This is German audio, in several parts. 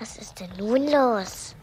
Was ist denn nun los?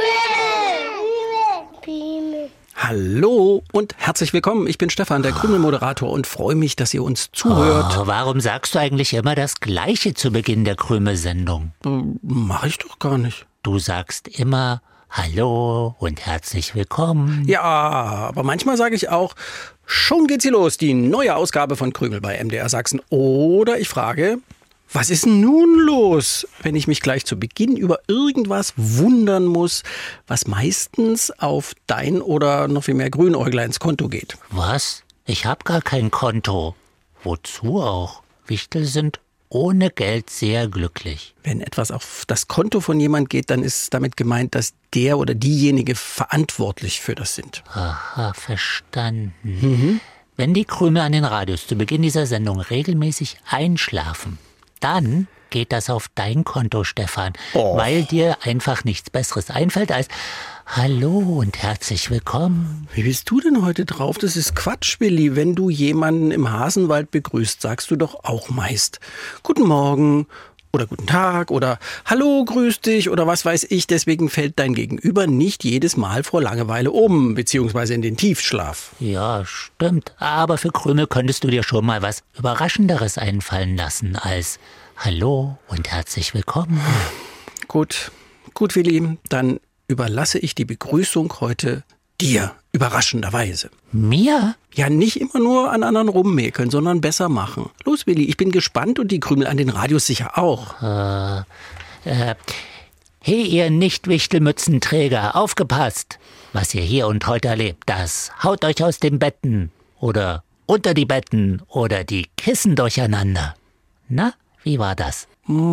Krümel! Hallo und herzlich willkommen. Ich bin Stefan, der Krümel-Moderator und freue mich, dass ihr uns zuhört. Warum sagst du eigentlich immer das Gleiche zu Beginn der Krümel-Sendung? Mach ich doch gar nicht. Du sagst immer Hallo und herzlich willkommen. Ja, aber manchmal sage ich auch, schon geht's hier los, die neue Ausgabe von Krümel bei MDR Sachsen. Oder ich frage, was ist nun los, wenn ich mich gleich zu Beginn über irgendwas wundern muss, was meistens auf dein oder noch viel mehr Grünäugleins Konto geht? Was? Ich hab gar kein Konto. Wozu auch? Wichtel sind ohne Geld sehr glücklich. Wenn etwas auf das Konto von jemand geht, dann ist damit gemeint, dass der oder diejenige verantwortlich für das sind. Aha, verstanden. Wenn die Krümel an den Radios zu Beginn dieser Sendung regelmäßig einschlafen, dann geht das auf dein Konto, Stefan, weil dir einfach nichts Besseres einfällt als Hallo und herzlich willkommen. Wie bist du denn heute drauf? Das ist Quatsch, Willi. Wenn du jemanden im Hasenwald begrüßt, sagst du doch auch meist Guten Morgen oder Guten Tag oder Hallo, grüß dich oder was weiß ich. Deswegen fällt dein Gegenüber nicht jedes Mal vor Langeweile um, beziehungsweise in den Tiefschlaf. Ja, stimmt. Aber für Krümel könntest du dir schon mal was Überraschenderes einfallen lassen als Hallo und herzlich willkommen. Gut, Willi, dann überlasse ich die Begrüßung heute dir, überraschenderweise. Mir? Ja, nicht immer nur an anderen rummäkeln, sondern besser machen. Los, Willi, ich bin gespannt und die Krümel an den Radios sicher auch. Hey, ihr Nicht-Wichtelmützenträger, aufgepasst! Was ihr hier und heute erlebt, das haut euch aus den Betten oder unter die Betten oder die Kissen durcheinander. Na, wie war das?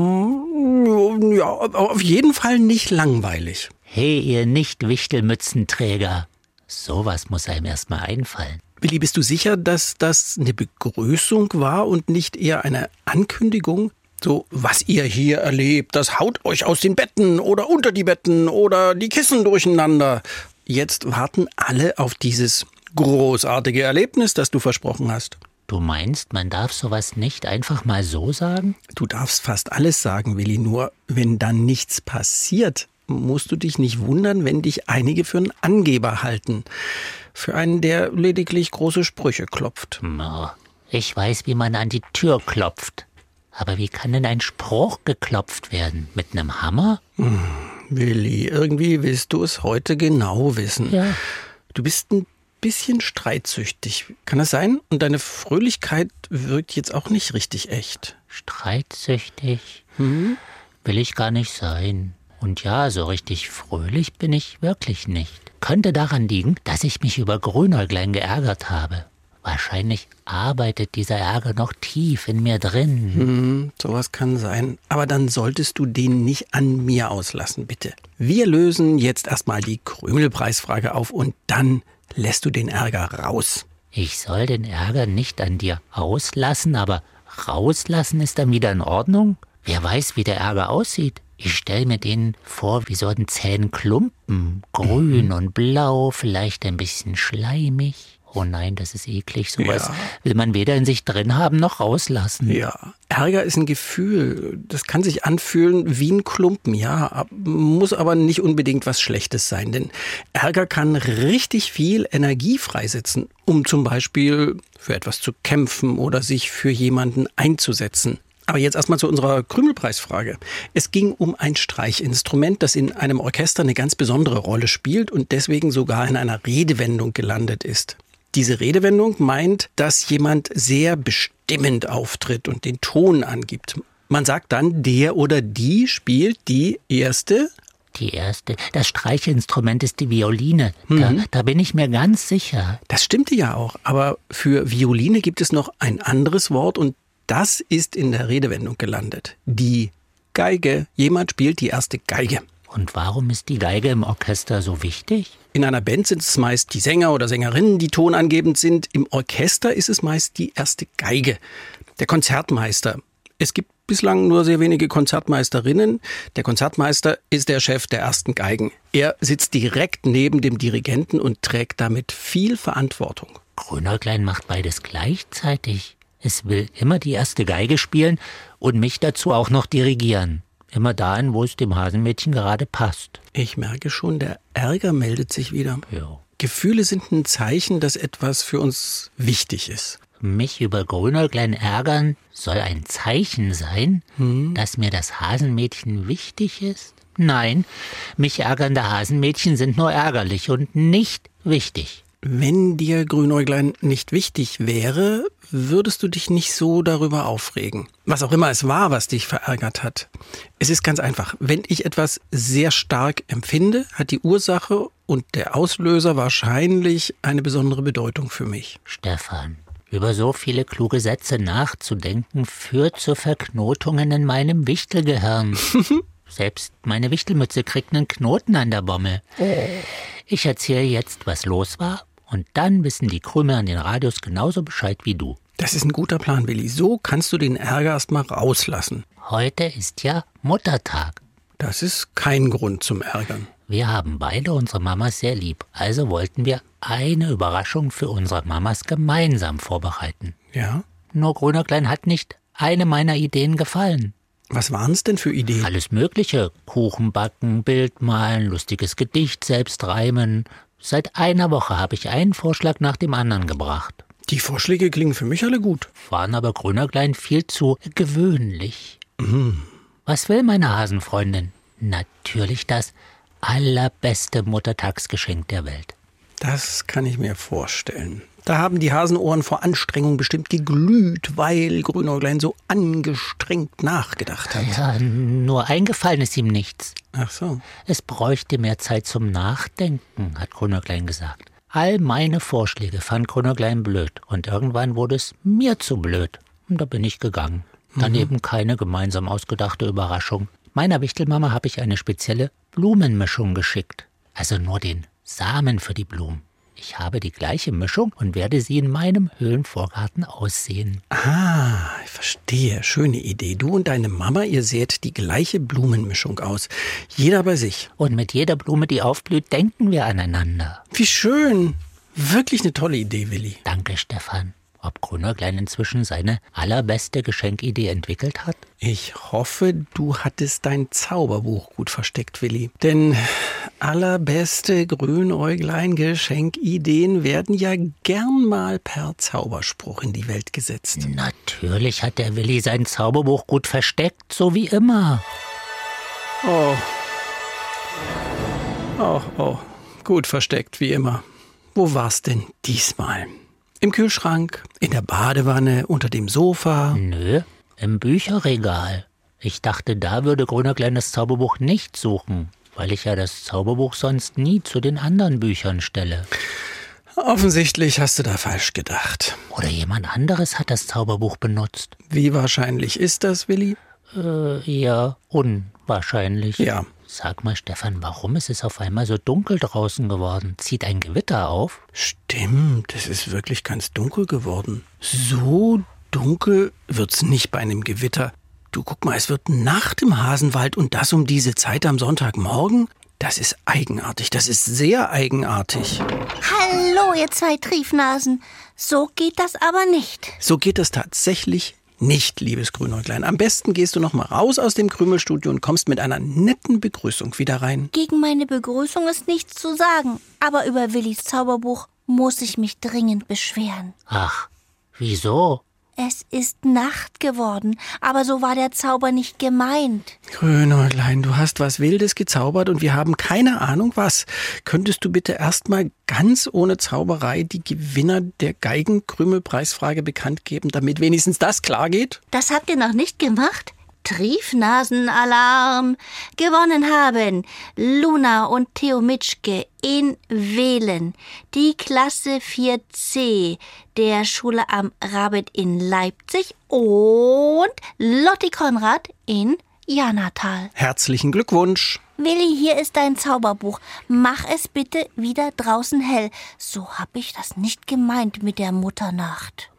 Ja, auf jeden Fall nicht langweilig. Hey, ihr Nicht-Wichtelmützenträger. Sowas muss einem erst mal einfallen. Willi, bist du sicher, dass das eine Begrüßung war und nicht eher eine Ankündigung? So, was ihr hier erlebt, das haut euch aus den Betten oder unter die Betten oder die Kissen durcheinander. Jetzt warten alle auf dieses großartige Erlebnis, das du versprochen hast. Du meinst, man darf sowas nicht einfach mal so sagen? Du darfst fast alles sagen, Willi, nur wenn dann nichts passiert, musst du dich nicht wundern, wenn dich einige für einen Angeber halten. Für einen, der lediglich große Sprüche klopft. Ich weiß, wie man an die Tür klopft. Aber wie kann denn ein Spruch geklopft werden? Mit einem Hammer? Willi, irgendwie willst du es heute genau wissen. Ja. Du bist ein bisschen streitsüchtig. Kann das sein? Und deine Fröhlichkeit wirkt jetzt auch nicht richtig echt. Streitsüchtig? Will ich gar nicht sein. Und ja, so richtig fröhlich bin ich wirklich nicht. Könnte daran liegen, dass ich mich über Grünäuglein geärgert habe. Wahrscheinlich arbeitet dieser Ärger noch tief in mir drin. Sowas kann sein. Aber dann solltest du den nicht an mir auslassen, bitte. Wir lösen jetzt erstmal die Krümelpreisfrage auf und dann lässt du den Ärger raus. Ich soll den Ärger nicht an dir auslassen, aber rauslassen ist dann wieder in Ordnung? Wer weiß, wie der Ärger aussieht? Ich stelle mir den vor wie so einen zähen Klumpen. Grün und blau, vielleicht ein bisschen schleimig. Oh nein, das ist eklig. Sowas will man weder in sich drin haben noch rauslassen. Ja, Ärger ist ein Gefühl. Das kann sich anfühlen wie ein Klumpen, ja. Muss aber nicht unbedingt was Schlechtes sein. Denn Ärger kann richtig viel Energie freisetzen, um zum Beispiel für etwas zu kämpfen oder sich für jemanden einzusetzen. Aber jetzt erstmal zu unserer Krümelpreisfrage. Es ging um ein Streichinstrument, das in einem Orchester eine ganz besondere Rolle spielt und deswegen sogar in einer Redewendung gelandet ist. Diese Redewendung meint, dass jemand sehr bestimmend auftritt und den Ton angibt. Man sagt dann, der oder die spielt die erste. Das Streichinstrument ist die Violine. Da bin ich mir ganz sicher. Das stimmte ja auch, aber für Violine gibt es noch ein anderes Wort und das ist in der Redewendung gelandet. Die Geige. Jemand spielt die erste Geige. Und warum ist die Geige im Orchester so wichtig? In einer Band sind es meist die Sänger oder Sängerinnen, die tonangebend sind. Im Orchester ist es meist die erste Geige. Der Konzertmeister. Es gibt bislang nur sehr wenige Konzertmeisterinnen. Der Konzertmeister ist der Chef der ersten Geigen. Er sitzt direkt neben dem Dirigenten und trägt damit viel Verantwortung. Grünäuglein macht beides gleichzeitig. Es will immer die erste Geige spielen und mich dazu auch noch dirigieren. Immer dahin, wo es dem Hasenmädchen gerade passt. Ich merke schon, der Ärger meldet sich wieder. Ja. Gefühle sind ein Zeichen, dass etwas für uns wichtig ist. Mich über Grünäuglein ärgern soll ein Zeichen sein, dass mir das Hasenmädchen wichtig ist? Nein, mich ärgernde Hasenmädchen sind nur ärgerlich und nicht wichtig. Wenn dir Grünäuglein nicht wichtig wäre, würdest du dich nicht so darüber aufregen. Was auch immer es war, was dich verärgert hat. Es ist ganz einfach. Wenn ich etwas sehr stark empfinde, hat die Ursache und der Auslöser wahrscheinlich eine besondere Bedeutung für mich. Stefan, über so viele kluge Sätze nachzudenken, führt zu Verknotungen in meinem Wichtelgehirn. Selbst meine Wichtelmütze kriegt einen Knoten an der Bommel. Ich erzähle jetzt, was los war, und dann wissen die Krümel an den Radios genauso Bescheid wie du. Das ist ein guter Plan, Willi. So kannst du den Ärger erstmal rauslassen. Heute ist ja Muttertag. Das ist kein Grund zum Ärgern. Wir haben beide unsere Mamas sehr lieb, also wollten wir eine Überraschung für unsere Mamas gemeinsam vorbereiten. Ja? Nur Grünäuglein hat nicht eine meiner Ideen gefallen. Was waren es denn für Ideen? Alles Mögliche. Kuchen backen, Bild malen, lustiges Gedicht selbst reimen. Seit einer Woche habe ich einen Vorschlag nach dem anderen gebracht. Die Vorschläge klingen für mich alle gut. Waren aber Grünäuglein viel zu gewöhnlich. Was will meine Hasenfreundin? Natürlich das allerbeste Muttertagsgeschenk der Welt. Das kann ich mir vorstellen. Da haben die Hasenohren vor Anstrengung bestimmt geglüht, weil Grünäuglein so angestrengt nachgedacht hat. Ja, nur eingefallen ist ihm nichts. Ach so. Es bräuchte mehr Zeit zum Nachdenken, hat Grünäuglein gesagt. All meine Vorschläge fand Grünäuglein blöd und irgendwann wurde es mir zu blöd. Und da bin ich gegangen. Daneben keine gemeinsam ausgedachte Überraschung. Meiner Wichtelmama habe ich eine spezielle Blumenmischung geschickt. Also nur den Samen für die Blumen. Ich habe die gleiche Mischung und werde sie in meinem Höhlenvorgarten aussehen. Ah, ich verstehe. Schöne Idee. Du und deine Mama, ihr sät die gleiche Blumenmischung aus. Jeder bei sich. Und mit jeder Blume, die aufblüht, denken wir aneinander. Wie schön. Wirklich eine tolle Idee, Willi. Danke, Stefan. Ob Grünäuglein inzwischen seine allerbeste Geschenkidee entwickelt hat? Ich hoffe, du hattest dein Zauberbuch gut versteckt, Willi. Denn allerbeste Grünäuglein-Geschenkideen werden ja gern mal per Zauberspruch in die Welt gesetzt. Natürlich hat der Willi sein Zauberbuch gut versteckt, so wie immer. Oh, gut versteckt, wie immer. Wo war's denn diesmal? Im Kühlschrank, in der Badewanne, unter dem Sofa? Nö, im Bücherregal. Ich dachte, da würde Grünäuglein das Zauberbuch nicht suchen, weil ich ja das Zauberbuch sonst nie zu den anderen Büchern stelle. Offensichtlich hast du da falsch gedacht. Oder jemand anderes hat das Zauberbuch benutzt. Wie wahrscheinlich ist das, Willi? Eher unwahrscheinlich. Ja. Sag mal, Stefan, warum ist es auf einmal so dunkel draußen geworden? Zieht ein Gewitter auf? Stimmt, es ist wirklich ganz dunkel geworden. So dunkel wird's nicht bei einem Gewitter. Du, guck mal, es wird Nacht im Hasenwald und das um diese Zeit am Sonntagmorgen? Das ist eigenartig, das ist sehr eigenartig. Hallo, ihr zwei Triefnasen. So geht das aber nicht. So geht es tatsächlich nicht, liebes Grünäuglein. Am besten gehst du noch mal raus aus dem Krümelstudio und kommst mit einer netten Begrüßung wieder rein. Gegen meine Begrüßung ist nichts zu sagen. Aber über Willis Zauberbuch muss ich mich dringend beschweren. Ach, wieso? Es ist Nacht geworden, aber so war der Zauber nicht gemeint. Grünäuglein, du hast was Wildes gezaubert und wir haben keine Ahnung was. Könntest du bitte erstmal ganz ohne Zauberei die Gewinner der Geigenkrümelpreisfrage bekannt geben, damit wenigstens das klar geht? Das habt ihr noch nicht gemacht? Triefnasenalarm! Gewonnen haben Luna und Theo Mitschke in Wählen, die Klasse 4c der Schule am Rabit in Leipzig und Lotti Konrad in Janatal. Herzlichen Glückwunsch! Willi, hier ist dein Zauberbuch. Mach es bitte wieder draußen hell. So hab ich das nicht gemeint mit der Mutternacht.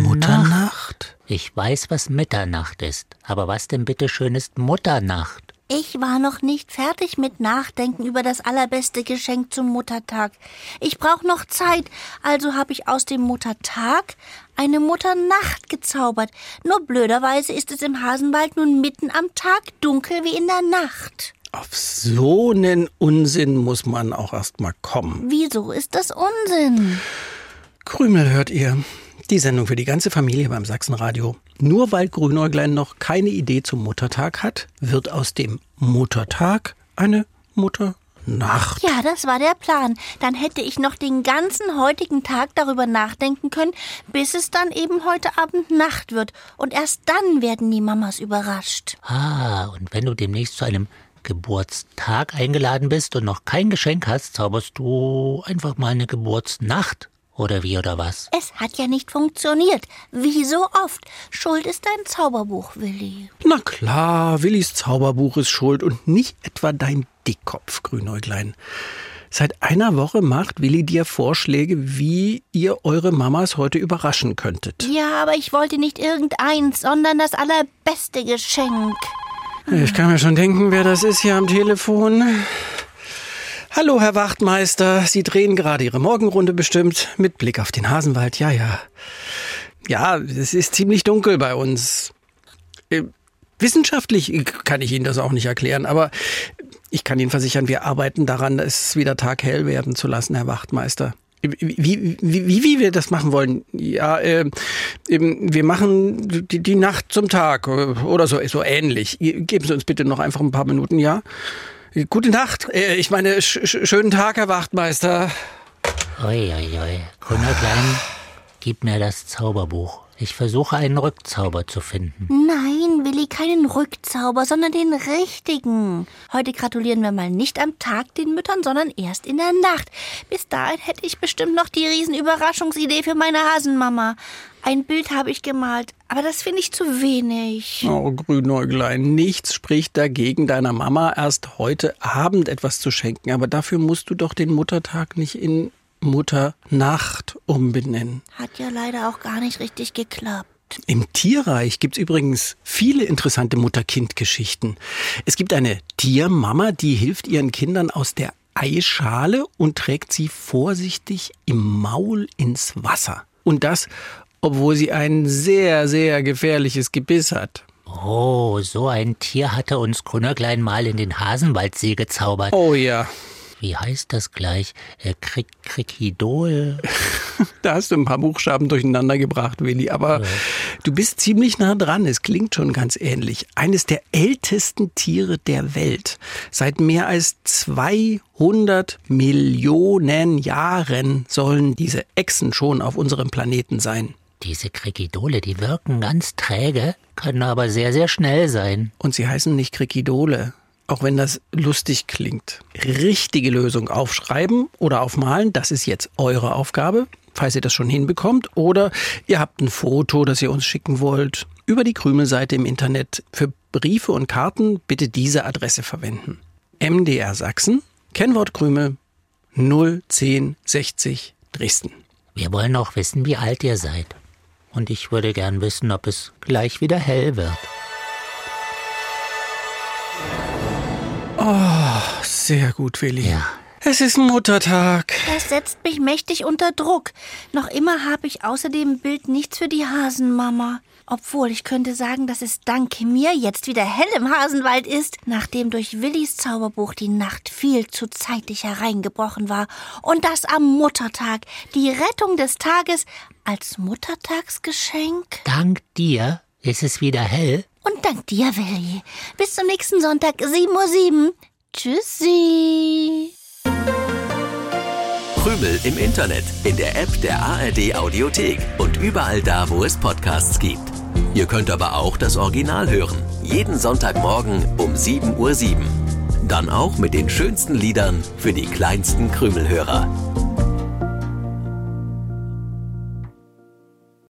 Mutternacht? Ich weiß, was Mitternacht ist. Aber was denn bitte schön ist Mutternacht? Ich war noch nicht fertig mit Nachdenken über das allerbeste Geschenk zum Muttertag. Ich brauche noch Zeit, also habe ich aus dem Muttertag eine Mutternacht gezaubert. Nur blöderweise ist es im Hasenwald nun mitten am Tag dunkel wie in der Nacht. Auf so einen Unsinn muss man auch erst mal kommen. Wieso ist das Unsinn? Krümel hört ihr. Die Sendung für die ganze Familie beim Sachsenradio. Nur weil Grünäuglein noch keine Idee zum Muttertag hat, wird aus dem Muttertag eine Mutternacht. Ja, das war der Plan. Dann hätte ich noch den ganzen heutigen Tag darüber nachdenken können, bis es dann eben heute Abend Nacht wird. Und erst dann werden die Mamas überrascht. Und wenn du demnächst zu einem Geburtstag eingeladen bist und noch kein Geschenk hast, zauberst du einfach mal eine Geburtsnacht. Oder wie oder was? Es hat ja nicht funktioniert. Wie so oft. Schuld ist dein Zauberbuch, Willi. Na klar, Willis Zauberbuch ist schuld und nicht etwa dein Dickkopf, Grünäuglein. Seit einer Woche macht Willi dir Vorschläge, wie ihr eure Mamas heute überraschen könntet. Ja, aber ich wollte nicht irgendeins, sondern das allerbeste Geschenk. Ich kann mir schon denken, wer das ist hier am Telefon. Hallo, Herr Wachtmeister. Sie drehen gerade Ihre Morgenrunde bestimmt. Mit Blick auf den Hasenwald, ja. Ja, es ist ziemlich dunkel bei uns. Wissenschaftlich kann ich Ihnen das auch nicht erklären, aber ich kann Ihnen versichern, wir arbeiten daran, es wieder taghell werden zu lassen, Herr Wachtmeister. Wie wir das machen wollen? Ja, wir machen die Nacht zum Tag oder so ähnlich. Geben Sie uns bitte noch einfach ein paar Minuten, ja? Gute Nacht. Ich meine, schönen Tag, Herr Wachtmeister. Grünäuglein, gib mir das Zauberbuch. Ich versuche, einen Rückzauber zu finden. Nein, Willi, keinen Rückzauber, sondern den richtigen. Heute gratulieren wir mal nicht am Tag den Müttern, sondern erst in der Nacht. Bis dahin hätte ich bestimmt noch die Riesenüberraschungsidee für meine Hasenmama. Ein Bild habe ich gemalt, aber das finde ich zu wenig. Oh, Grünäuglein, nichts spricht dagegen, deiner Mama erst heute Abend etwas zu schenken. Aber dafür musst du doch den Muttertag nicht in Mutternacht umbenennen. Hat ja leider auch gar nicht richtig geklappt. Im Tierreich gibt's übrigens viele interessante Mutter-Kind-Geschichten. Es gibt eine Tiermama, die hilft ihren Kindern aus der Eischale und trägt sie vorsichtig im Maul ins Wasser. Und das, obwohl sie ein sehr, sehr gefährliches Gebiss hat. Oh, so ein Tier hatte uns Grünäuglein mal in den Hasenwaldsee gezaubert. Oh ja. Wie heißt das gleich? Krikidol? Da hast du ein paar Buchstaben durcheinander gebracht, Willi. Aber du bist ziemlich nah dran. Es klingt schon ganz ähnlich. Eines der ältesten Tiere der Welt. Seit mehr als 200 Millionen Jahren sollen diese Echsen schon auf unserem Planeten sein. Diese Krikidole, die wirken ganz träge, können aber sehr, sehr schnell sein. Und sie heißen nicht Krikidole. Auch wenn das lustig klingt. Richtige Lösung aufschreiben oder aufmalen, das ist jetzt eure Aufgabe, falls ihr das schon hinbekommt. Oder ihr habt ein Foto, das ihr uns schicken wollt, über die Krümel-Seite im Internet. Für Briefe und Karten bitte diese Adresse verwenden. MDR Sachsen, Kennwort Krümel, 01060 Dresden. Wir wollen auch wissen, wie alt ihr seid. Und ich würde gern wissen, ob es gleich wieder hell wird. Oh, sehr gut, Willi. Ja. Es ist Muttertag. Das setzt mich mächtig unter Druck. Noch immer habe ich außer dem Bild nichts für die Hasenmama. Obwohl, ich könnte sagen, dass es dank mir jetzt wieder hell im Hasenwald ist, nachdem durch Willis Zauberbuch die Nacht viel zu zeitig hereingebrochen war. Und das am Muttertag, die Rettung des Tages als Muttertagsgeschenk. Dank dir ist es wieder hell. Und dank dir, Willi. Bis zum nächsten Sonntag, 7:07 Uhr. Tschüssi. Krümel im Internet, in der App der ARD Audiothek und überall da, wo es Podcasts gibt. Ihr könnt aber auch das Original hören. Jeden Sonntagmorgen um 7:07 Uhr. Dann auch mit den schönsten Liedern für die kleinsten Krümelhörer.